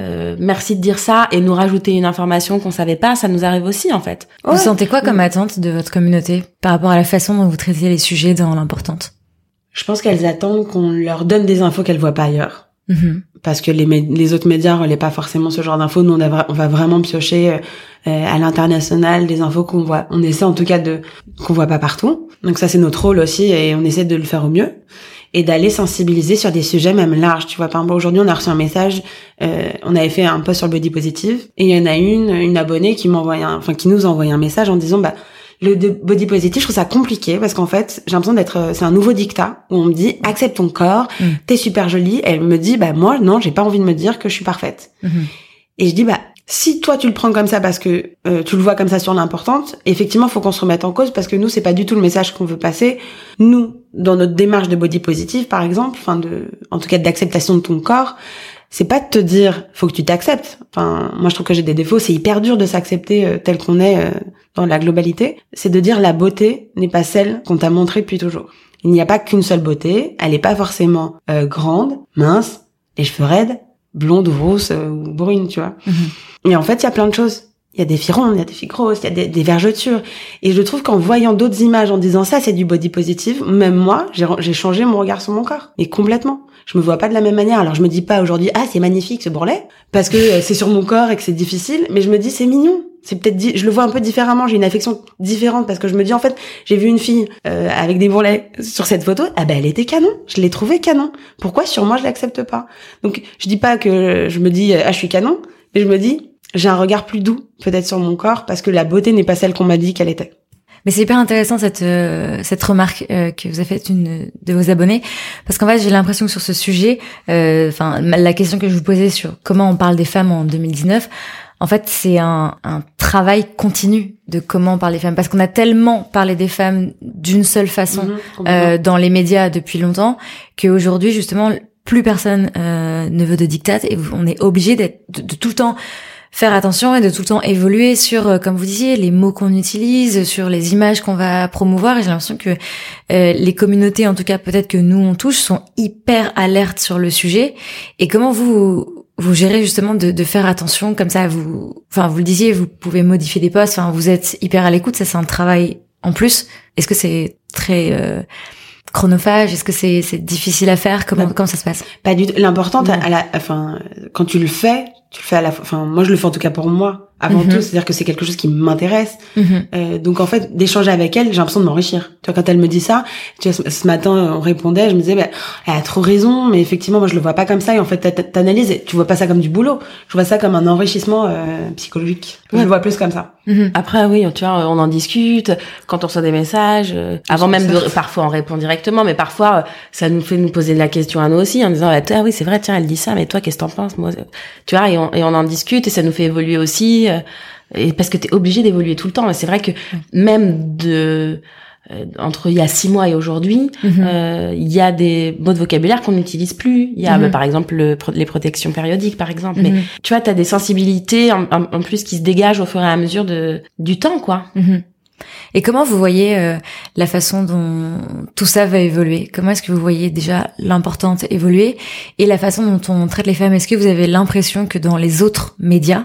merci de dire ça et nous rajouter une information qu'on savait pas, ça nous arrive aussi en fait. Vous sentez quoi comme attente de votre communauté par rapport à la façon dont vous traitez les sujets dans l'importante? Je pense qu'elles attendent qu'on leur donne des infos qu'elles voient pas ailleurs. Parce que les autres médias relaient pas forcément ce genre d'infos. Nous, on va vraiment piocher à l'international des infos qu'on voit. On essaie en tout cas qu'on voit pas partout. Donc ça, c'est notre rôle aussi, et on essaie de le faire au mieux. Et d'aller sensibiliser sur des sujets même larges. Tu vois, par exemple, aujourd'hui, on a reçu un message, on avait fait un post sur le body positive, et il y en a une abonnée qui nous a envoyé un message en disant, le body positive, je trouve ça compliqué parce qu'en fait, j'ai l'impression c'est un nouveau dictat où on me dit, accepte ton corps, t'es super jolie. Elle me dit, moi, non, j'ai pas envie de me dire que je suis parfaite. Et je dis, si toi tu le prends comme ça parce que tu le vois comme ça sur l'importante, effectivement, faut qu'on se remette en cause parce que nous, c'est pas du tout le message qu'on veut passer. Nous, dans notre démarche de body positive, par exemple, en tout cas d'acceptation de ton corps, c'est pas de te dire faut que tu t'acceptes. Moi je trouve que j'ai des défauts, c'est hyper dur de s'accepter tel qu'on est dans la globalité. C'est de dire la beauté n'est pas celle qu'on t'a montrée depuis toujours. Il n'y a pas qu'une seule beauté, elle est pas forcément grande, mince, les cheveux raides, blonde ou rousse ou brune, tu vois. Et en fait, il y a plein de choses. Il y a des filles rondes, il y a des filles grosses, il y a des vergetures. Et je trouve qu'en voyant d'autres images, en disant ça, c'est du body positive, même moi, j'ai changé mon regard sur mon corps. Et complètement. Je me vois pas de la même manière. Alors je me dis pas aujourd'hui, c'est magnifique ce bourrelet, parce que c'est sur mon corps et que c'est difficile, mais je me dis c'est mignon. C'est peut-être je le vois un peu différemment, j'ai une affection différente parce que je me dis en fait, j'ai vu une fille avec des bourrelets sur cette photo, elle était canon, je l'ai trouvée canon. Pourquoi sur moi je l'accepte pas? Donc je dis pas que je me dis je suis canon, mais je me dis j'ai un regard plus doux peut-être sur mon corps parce que la beauté n'est pas celle qu'on m'a dit qu'elle était. Mais c'est hyper intéressant cette remarque que vous avez faite une de vos abonnés, parce qu'en fait j'ai l'impression que sur ce sujet, la question que je vous posais sur comment on parle des femmes en 2019, en fait c'est un travail continu de comment on parle des femmes, parce qu'on a tellement parlé des femmes d'une seule façon dans les médias depuis longtemps qu'aujourd'hui justement plus personne ne veut de diktat et on est obligé de tout le temps faire attention et de tout le temps évoluer sur, comme vous disiez, les mots qu'on utilise, sur les images qu'on va promouvoir. Et j'ai l'impression que les communautés, en tout cas peut-être que nous on touche, sont hyper alertes sur le sujet. Et comment vous gérez justement de faire attention comme ça? Vous le disiez, vous pouvez modifier des posts. Vous êtes hyper à l'écoute. Ça, c'est un travail en plus. Est-ce que c'est très chronophage? Est-ce que c'est difficile à faire? Comment ça se passe? Pas du tout. L'important, quand tu le fais à la fois, moi je le fais en tout cas pour moi avant tout, c'est-à-dire que c'est quelque chose qui m'intéresse. Donc en fait, d'échanger avec elle, j'ai l'impression de m'enrichir. Tu vois, quand elle me dit ça, tu vois, ce matin on répondait, je me disais elle a trop raison, mais effectivement moi je le vois pas comme ça, et en fait t'analyses et tu vois pas ça comme du boulot, je vois ça comme un enrichissement psychologique. Je le vois plus comme ça. Après oui, tu vois, on en discute quand on reçoit des messages, avant même parfois on répond directement, mais parfois ça nous fait nous poser la question à nous aussi en disant oui, c'est vrai, tiens, elle dit ça, mais toi qu'est-ce que t'en penses? Moi, tu vois, et on en discute et ça nous fait évoluer aussi. Et parce que t'es obligé d'évoluer tout le temps. Et c'est vrai que même entre il y a 6 mois et aujourd'hui, il y a des mots de vocabulaire qu'on n'utilise plus. Il y a par exemple les protections périodiques, par exemple. Mais tu vois, t'as des sensibilités en plus qui se dégagent au fur et à mesure du temps, quoi. Et comment vous voyez la façon dont tout ça va évoluer? Comment est-ce que vous voyez déjà l'importante évoluer et la façon dont on traite les femmes? Est-ce que vous avez l'impression que dans les autres médias,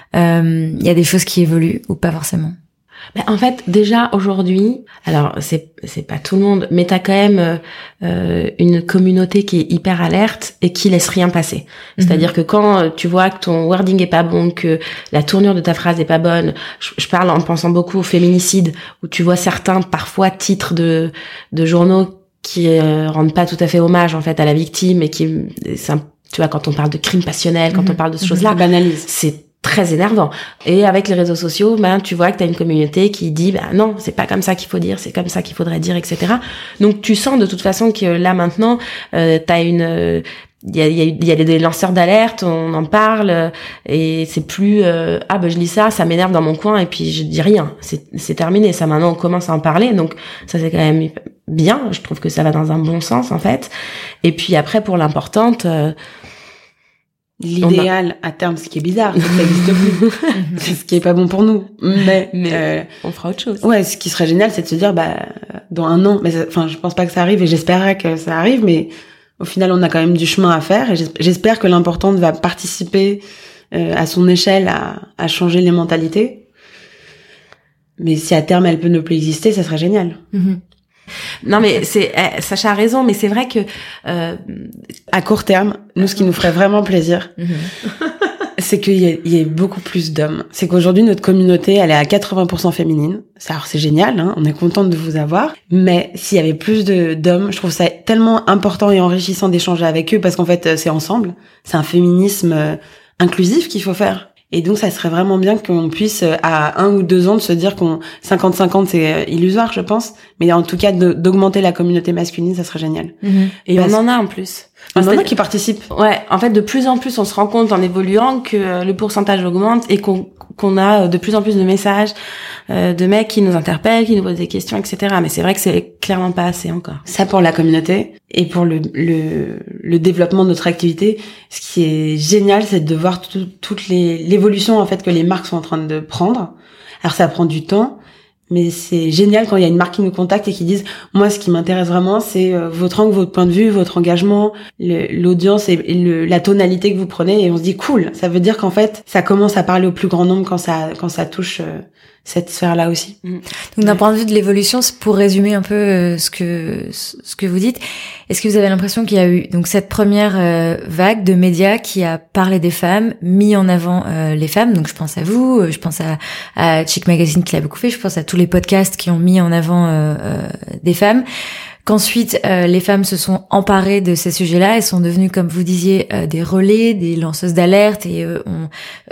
il y a des choses qui évoluent ou pas forcément? En fait, déjà aujourd'hui, alors c'est pas tout le monde, mais t'as quand même une communauté qui est hyper alerte et qui laisse rien passer. C'est-à-dire que quand tu vois que ton wording est pas bon, que la tournure de ta phrase est pas bonne, je parle en pensant beaucoup au féminicide, où tu vois certains parfois titres de journaux qui rendent pas tout à fait hommage en fait à la victime et tu vois, quand on parle de crime passionnel, quand on parle de ces choses-là, c'est très énervant. Et avec les réseaux sociaux, tu vois que t'as une communauté qui dit non, c'est pas comme ça qu'il faut dire, c'est comme ça qu'il faudrait dire, etc. Donc tu sens de toute façon que là maintenant t'as il y a des lanceurs d'alerte, on en parle et c'est plus je lis ça m'énerve dans mon coin et puis je dis rien, c'est terminé. Ça maintenant on commence à en parler, donc ça c'est quand même bien. Je trouve que ça va dans un bon sens en fait. Et puis après pour l'importante, l'idéal à terme, ce qui est bizarre, c'est que ça n'existe plus. C'est ce qui est pas bon pour nous. Mais on fera autre chose. Ouais, ce qui serait génial, c'est de se dire, dans 1 an, je pense pas que ça arrive et j'espérais que ça arrive, mais au final, on a quand même du chemin à faire et j'espère que l'importante va participer à son échelle à changer les mentalités. Mais si à terme elle peut ne plus exister, ça serait génial. Non, mais Sacha a raison, mais c'est vrai que à court terme, nous, ce qui nous ferait vraiment plaisir, c'est qu'il y ait beaucoup plus d'hommes. C'est qu'aujourd'hui, notre communauté, elle est à 80% féminine. Alors, c'est génial, hein, on est contente de vous avoir. Mais s'il y avait plus d'hommes, je trouve ça tellement important et enrichissant d'échanger avec eux, parce qu'en fait, c'est ensemble. C'est un féminisme inclusif qu'il faut faire. Et donc, ça serait vraiment bien qu'on puisse, à 1 ou 2 ans, de se dire qu'on 50-50, c'est illusoire, je pense. Mais en tout cas, d'augmenter la communauté masculine, ça serait génial. Et on en a en plus. On en a qui participent. Ouais, en fait, de plus en plus, on se rend compte en évoluant que le pourcentage augmente et qu'on a de plus en plus de messages de mecs qui nous interpellent, qui nous posent des questions, etc. Mais c'est vrai que c'est clairement pas assez encore. Ça pour la communauté et pour le développement de notre activité, ce qui est génial, c'est de voir toute l'évolution en fait que les marques sont en train de prendre. Alors ça prend du temps. Mais c'est génial quand il y a une marque qui nous contacte et qui disent moi ce qui m'intéresse vraiment c'est votre angle, votre point de vue, votre engagement, l'audience et la tonalité que vous prenez, et on se dit cool, ça veut dire qu'en fait ça commence à parler au plus grand nombre quand ça touche cette sphère-là aussi. Donc d'un point de vue de l'évolution, pour résumer un peu ce que vous dites, est-ce que vous avez l'impression qu'il y a eu donc cette première vague de médias qui a parlé des femmes, mis en avant les femmes, donc je pense à vous, je pense à Chic Magazine qui l'a beaucoup fait, je pense à tous les podcasts qui ont mis en avant des femmes, qu'ensuite les femmes se sont emparées de ces sujets-là et sont devenues, comme vous disiez, des relais, des lanceuses d'alerte et ont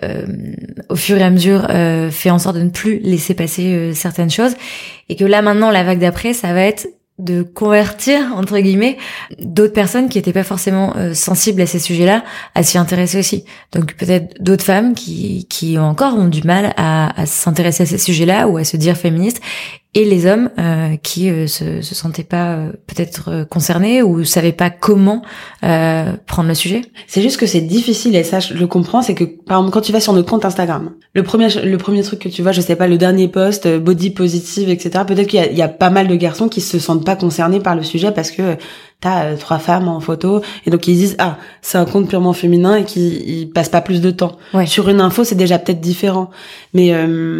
au fur et à mesure fait en sorte de ne plus laisser passer certaines choses, et que là maintenant la vague d'après ça va être de convertir entre guillemets d'autres personnes qui étaient pas forcément sensibles à ces sujets-là à s'y intéresser aussi. Donc peut-être d'autres femmes qui ont du mal à s'intéresser à ces sujets-là ou à se dire féministes, et les hommes qui se sentaient pas peut-être concernés ou savaient pas comment prendre le sujet. C'est juste que c'est difficile, et ça je le comprends, c'est que par exemple quand tu vas sur notre compte Instagram, le premier truc que tu vois, je sais pas, le dernier post body positive, etc., peut-être qu'il y a pas mal de garçons qui se sentent pas concernés par le sujet parce que t'as 3 femmes en photo, et donc ils disent c'est un compte purement féminin et qu'ils passent pas plus de temps. Ouais. Sur une info c'est déjà peut-être différent, mais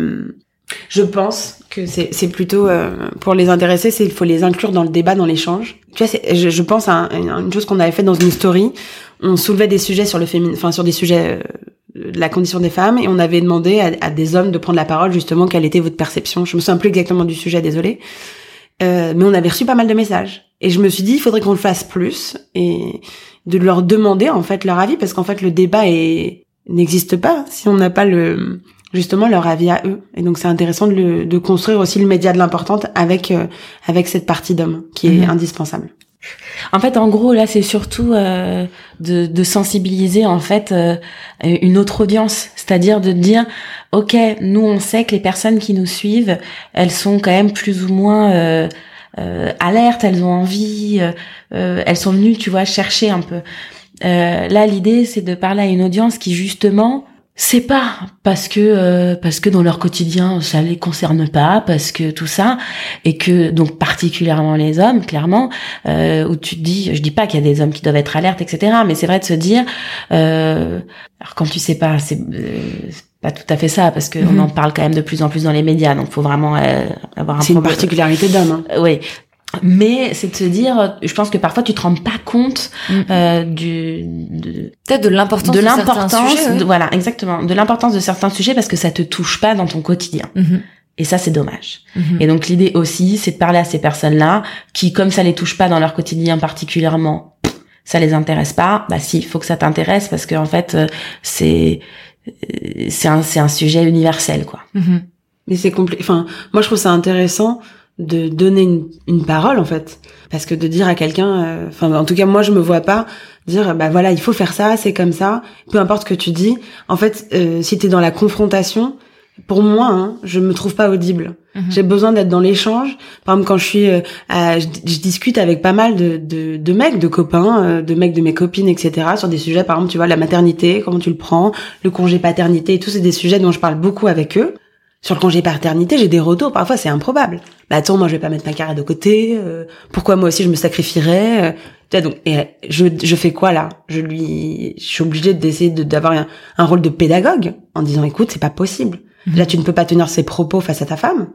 je pense que c'est plutôt pour les intéresser, il faut les inclure dans le débat, dans l'échange. Tu vois, je pense à une chose qu'on avait fait dans une story. On soulevait des sujets sur le sur des sujets de la condition des femmes, et on avait demandé à des hommes de prendre la parole, justement, quelle était votre perception. Je me souviens plus exactement du sujet, désolée. Mais on avait reçu pas mal de messages. Et je me suis dit, il faudrait qu'on le fasse plus, et de leur demander, en fait, leur avis, parce qu'en fait, le débat n'existe pas si on n'a pas justement leur avis à eux. Et donc c'est intéressant de construire aussi le média de l'importante avec cette partie d'hommes qui est indispensable. En fait, en gros, là, c'est surtout de sensibiliser en fait une autre audience, c'est-à-dire de dire, ok, nous on sait que les personnes qui nous suivent, elles sont quand même plus ou moins alertes, elles ont envie, elles sont venues, tu vois, chercher un peu. Là, l'idée, c'est de parler à une audience qui justement, c'est pas parce que dans leur quotidien ça les concerne pas, parce que tout ça, et que donc particulièrement les hommes, clairement, où tu te dis, je dis pas qu'il y a des hommes qui doivent être alertes, etc., mais c'est vrai de se dire, alors quand tu sais pas, c'est pas tout à fait ça, parce que on en parle quand même de plus en plus dans les médias, donc faut vraiment avoir un c'est une particularité d'homme, hein. Oui. Mais c'est de se dire, je pense que parfois tu te rends pas compte peut-être de l'importance de certains sujets, oui. Voilà, exactement, de l'importance de certains sujets, parce que ça te touche pas dans ton quotidien. Et ça, c'est dommage. Et donc l'idée aussi, c'est de parler à ces personnes-là qui, comme ça les touche pas dans leur quotidien particulièrement, ça les intéresse pas. Bah si, il faut que ça t'intéresse, parce que en fait, c'est un sujet universel, quoi. Mais c'est compliqué. Enfin, moi je trouve ça intéressant de donner une parole, en fait, parce que de dire à quelqu'un, en tout cas moi je me vois pas dire bah voilà, il faut faire ça, c'est comme ça, peu importe ce que tu dis. En fait, si t'es dans la confrontation, pour moi, je me trouve pas audible. J'ai besoin d'être dans l'échange. Par exemple, quand je suis je discute avec pas mal de mecs, de copains, de mecs de mes copines, etc., sur des sujets, par exemple, tu vois, la maternité, comment tu le prends, le congé paternité et tout, c'est des sujets dont je parle beaucoup avec eux. Sur le congé paternité, j'ai des retours, parfois c'est improbable. Bah attends, moi je vais pas mettre ma carrière de côté, pourquoi moi aussi je me sacrifierais, donc et je fais quoi là? Je suis obligée d'essayer d'avoir un rôle de pédagogue en disant écoute, c'est pas possible. Là tu ne peux pas tenir ces propos face à ta femme.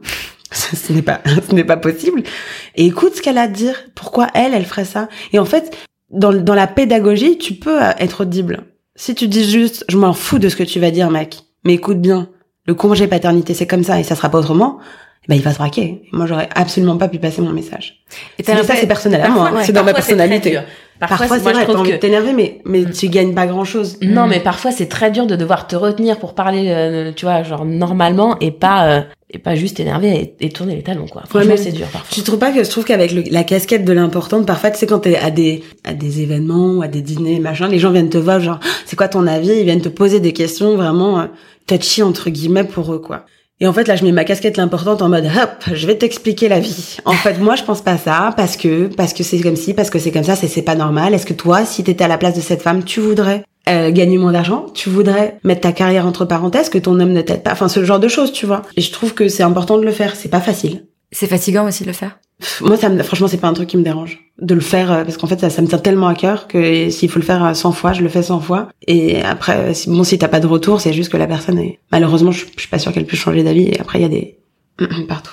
ce n'est pas possible. Et écoute ce qu'elle a à te dire. Pourquoi elle ferait ça? Et en fait, dans la pédagogie, tu peux être audible. Si tu dis juste, je m'en fous de ce que tu vas dire, mec, mais écoute bien, le congé paternité, c'est comme ça et ça sera pas autrement, ben il va se braquer. Et moi, j'aurais absolument pas pu passer mon message. Et ça, c'est personnel à moi. C'est dans ma personnalité. Parfois c'est vrai, t'as envie de t'énerver, mais tu gagnes pas grand-chose. Non, mais parfois, c'est très dur de devoir te retenir pour parler, tu vois, genre, normalement, et pas juste t'énerver et tourner les talons, quoi. Franchement, c'est dur, parfois. Tu trouves pas que je trouve qu'avec la casquette de l'importante, parfois, tu sais, quand t'es à des événements, à des dîners, machin, les gens viennent te voir, genre, c'est quoi ton avis? Ils viennent te poser des questions vraiment touchy, entre guillemets, pour eux, quoi. Et en fait, là, je mets ma casquette l'importante en mode, hop, je vais t'expliquer la vie. En fait, moi, je pense pas ça, parce que c'est comme ci, parce que c'est comme ça, c'est pas normal. Est-ce que toi, si t'étais à la place de cette femme, tu voudrais gagner moins d'argent? Tu voudrais mettre ta carrière entre parenthèses, que ton homme ne t'aide pas? Enfin, ce genre de choses, tu vois. Et je trouve que c'est important de le faire. C'est pas facile. C'est fatigant aussi de le faire. Moi, franchement, c'est pas un truc qui me dérange de le faire, parce qu'en fait, ça me tient tellement à cœur que s'il faut le faire 100 fois, je le fais 100 fois. Et après, si t'as pas de retour, c'est juste que la personne est, malheureusement, je suis pas sûre qu'elle puisse changer d'avis. Et après, il y a des partout.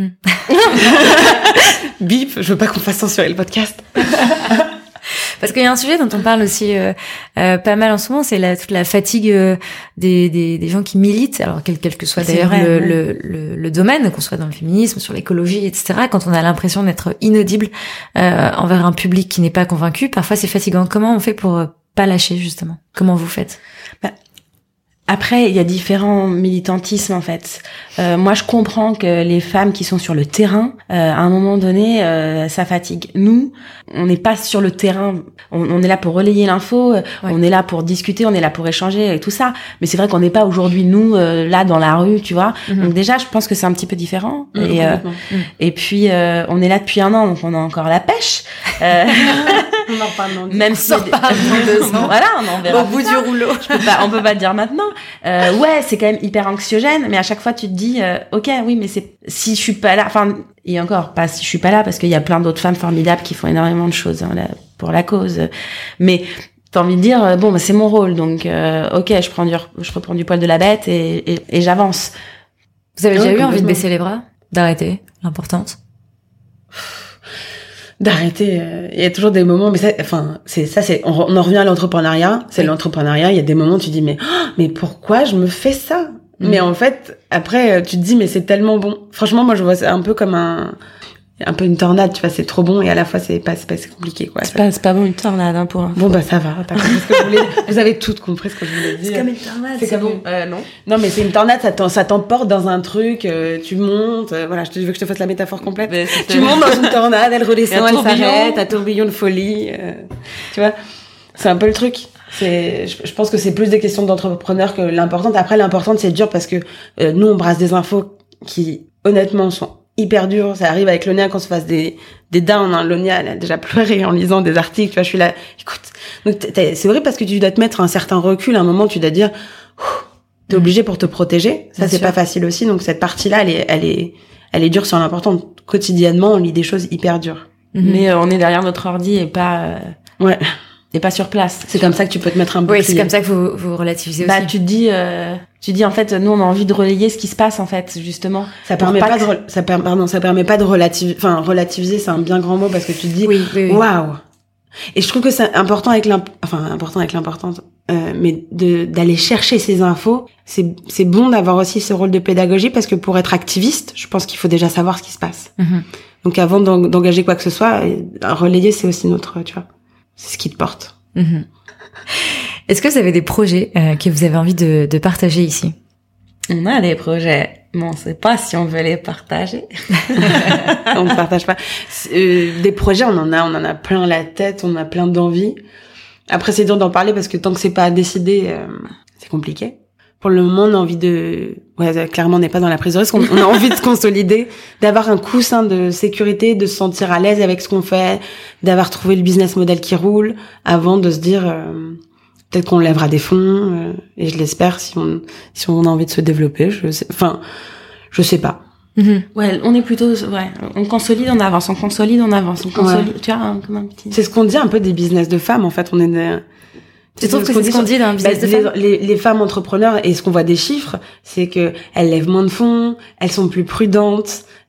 Bip, je veux pas qu'on fasse censurer le podcast. Parce qu'il y a un sujet dont on parle aussi pas mal en ce moment, c'est toute la fatigue des gens qui militent, alors quel que soit d'ailleurs le domaine, qu'on soit dans le féminisme, sur l'écologie, etc. Quand on a l'impression d'être inaudible envers un public qui n'est pas convaincu, parfois c'est fatigant. Comment on fait pour pas lâcher, justement? Comment vous faites? Après, il y a différents militantismes, en fait. Moi, je comprends que les femmes qui sont sur le terrain, à un moment donné, ça fatigue. Nous, on n'est pas sur le terrain. On est là pour relayer l'info, on est là pour discuter, on est là pour échanger et tout ça. Mais c'est vrai qu'on n'est pas aujourd'hui, nous, là, dans la rue, tu vois. Donc déjà, je pense que c'est un petit peu différent. Et puis, on est là depuis 1 an, donc on a encore la pêche. On en reparle dans même si on voilà, on en verra au bout du rouleau. On peut pas le dire maintenant. Ouais, c'est quand même hyper anxiogène, mais à chaque fois tu te dis OK, oui, mais si je suis pas là, enfin, et encore pas si je suis pas là, parce qu'il y a plein d'autres femmes formidables qui font énormément de choses là, pour la cause, mais t'as envie de dire bon, bah, c'est mon rôle, donc OK, je reprends du poil de la bête et j'avance. Vous avez déjà eu envie de baisser les bras, d'arrêter l'importante? D'arrêter, il y a toujours des moments, mais on en revient à l'entrepreneuriat. C'est l'entrepreneuriat, il y a des moments où tu dis mais pourquoi je me fais ça? Mais en fait, après tu te dis mais c'est tellement bon. Franchement, moi je vois ça un peu comme un peu une tornade, tu vois, c'est trop bon et à la fois c'est compliqué, quoi. C'est pas bon une tornade, hein, pour un. Bon, bah, ça va, t'as compris ce que je voulais dire. Vous avez toutes compris ce que je voulais dire. C'est comme une tornade, c'est bon. Non. Non, mais c'est une tornade, ça t'emporte dans un truc, tu montes, voilà, tu veux que je te fasse la métaphore complète? Tu montes dans une tornade, elle redescend, elle s'arrête, un tourbillon de folie, tu vois. C'est un peu le truc. Je pense que c'est plus des questions d'entrepreneurs que l'importante. Après, l'importante, c'est dur parce que, nous, on brasse des infos qui, honnêtement, sont hyper dur. Ça arrive avec Lonia qu'on se fasse des downs, hein. Lonia, elle a déjà pleuré en lisant des articles, tu vois, je suis là, écoute. Donc, c'est vrai parce que tu dois te mettre un certain recul, à un moment, tu dois dire, t'es obligé pour te protéger. Ça, c'est pas facile aussi. Donc, cette partie-là, elle est dure sur l'important. Quotidiennement, on lit des choses hyper dures. Mais on est derrière notre ordi et pas, et pas sur place. C'est comme ça que tu peux te mettre un bouclier. Oui, c'est comme ça que vous relativisez aussi. Tu te dis en fait, nous on a envie de relayer ce qui se passe en fait, justement. Ça permet pas de relativiser, c'est un bien grand mot parce que tu te dis waouh. Et je trouve que c'est important avec l'importante, mais d'aller chercher ces infos, c'est bon d'avoir aussi ce rôle de pédagogie parce que pour être activiste, je pense qu'il faut déjà savoir ce qui se passe. Donc avant d'engager quoi que ce soit, relayer c'est aussi notre, tu vois. C'est ce qui te porte. Est-ce que vous avez des projets que vous avez envie de partager ici? On a des projets, mais on sait pas si on veut les partager. On ne partage pas. Des projets, on en a plein la tête, on a plein d'envies. Après, c'est dur d'en parler parce que tant que c'est pas décidé, c'est compliqué. Pour le moment, on a envie clairement, on n'est pas dans la prise de risque. On a envie de se consolider, d'avoir un coussin de sécurité, de se sentir à l'aise avec ce qu'on fait, d'avoir trouvé le business model qui roule, avant de se dire, peut-être qu'on lèvera des fonds, et je l'espère si on a envie de se développer. Je sais pas. Ouais, on est plutôt, on consolide, on avance, on consolide, on avance, on consolide. Tu vois, comme un petit. C'est ce qu'on dit un peu des business de femmes, en fait. On est Tu trouves que c'est ce qu'on dit dans un business de femmes? Les femmes entrepreneurs, et ce qu'on voit des chiffres, c'est que elles lèvent moins de fonds, elles sont plus prudentes,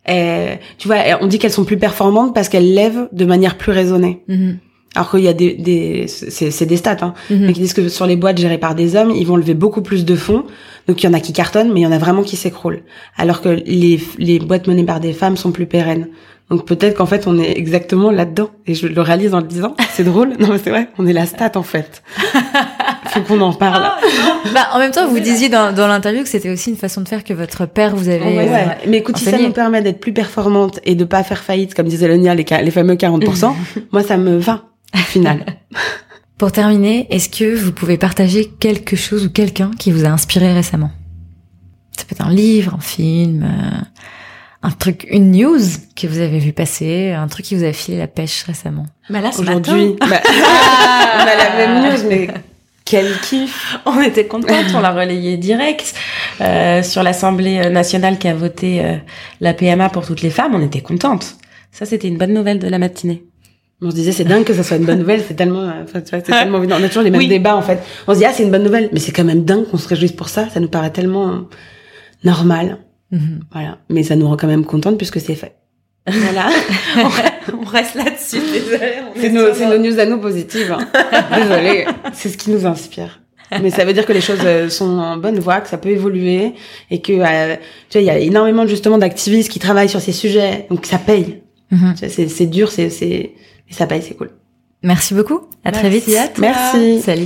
tu vois, on dit qu'elles sont plus performantes parce qu'elles lèvent de manière plus raisonnée. Alors qu'il y a c'est des stats, hein, mais qui disent que sur les boîtes gérées par des hommes, ils vont lever beaucoup plus de fonds. Donc il y en a qui cartonnent, mais il y en a vraiment qui s'écroulent. Alors que les boîtes menées par des femmes sont plus pérennes. Donc peut-être qu'en fait on est exactement là-dedans. Et je le réalise en le disant. C'est drôle. Non mais c'est vrai, on est la stat en fait. Faut qu'on en parle. En même temps, vous disiez dans l'interview que c'était aussi une façon de faire que votre père vous avait ouais. Mais écoute, si ça nous permet d'être plus performantes et de pas faire faillite, comme disait Lonia, les fameux 40%, moi ça me va au final. Pour terminer, est-ce que vous pouvez partager quelque chose ou quelqu'un qui vous a inspiré récemment? Ça peut être un livre, un film, un truc, une news que vous avez vu passer, un truc qui vous a filé la pêche récemment. Là, aujourd'hui, on a la même news, mais quel kiff! On était contentes, on l'a relayé direct sur l'Assemblée nationale qui a voté la PMA pour toutes les femmes. On était contentes. Ça, c'était une bonne nouvelle de la matinée. On se disait, c'est dingue que ça soit une bonne nouvelle, c'est tellement, c'est tellement évident. On a toujours les mêmes débats, en fait. On se dit, c'est une bonne nouvelle, mais c'est quand même dingue qu'on se réjouisse pour ça. Ça nous paraît tellement normal. Voilà. Mais ça nous rend quand même contente puisque c'est fait. Voilà. on reste là-dessus, désolée. C'est nos news à nous positives, hein. Désolée. C'est ce qui nous inspire. Mais ça veut dire que les choses sont en bonne voie, que ça peut évoluer et que, tu vois, il y a énormément justement d'activistes qui travaillent sur ces sujets, donc ça paye. C'est dur, et ça paye, c'est cool. Merci beaucoup. À très vite. Merci. Salut.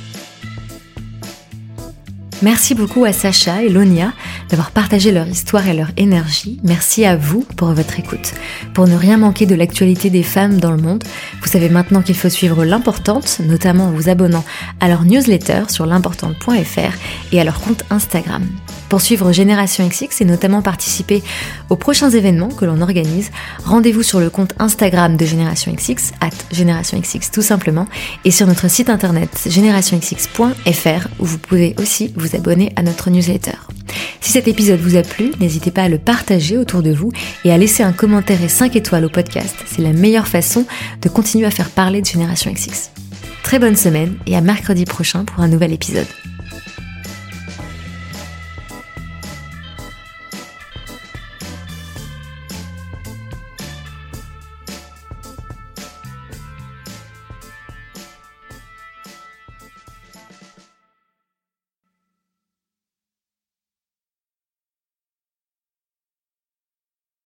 Merci beaucoup à Sacha et Lonia d'avoir partagé leur histoire et leur énergie. Merci à vous pour votre écoute. Pour ne rien manquer de l'actualité des femmes dans le monde, vous savez maintenant qu'il faut suivre l'Importante, notamment en vous abonnant à leur newsletter sur l'importante.fr et à leur compte Instagram. Pour suivre Génération XX et notamment participer aux prochains événements que l'on organise, rendez-vous sur le compte Instagram de Génération XX, @GénérationXX tout simplement, et sur notre site internet generationxx.fr où vous pouvez aussi vous abonner à notre newsletter. Si cet épisode vous a plu, n'hésitez pas à le partager autour de vous et à laisser un commentaire et 5 étoiles au podcast. C'est la meilleure façon de continuer à faire parler de Génération XX. Très bonne semaine et à mercredi prochain pour un nouvel épisode.